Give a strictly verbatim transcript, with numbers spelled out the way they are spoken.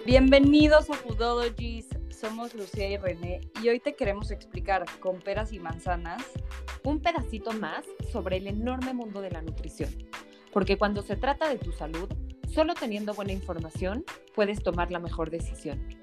Bienvenidos a Foodologies, somos Lucía y René y hoy te queremos explicar con peras y manzanas un pedacito más sobre el enorme mundo de la nutrición, porque cuando se trata de tu salud, solo teniendo buena información puedes tomar la mejor decisión.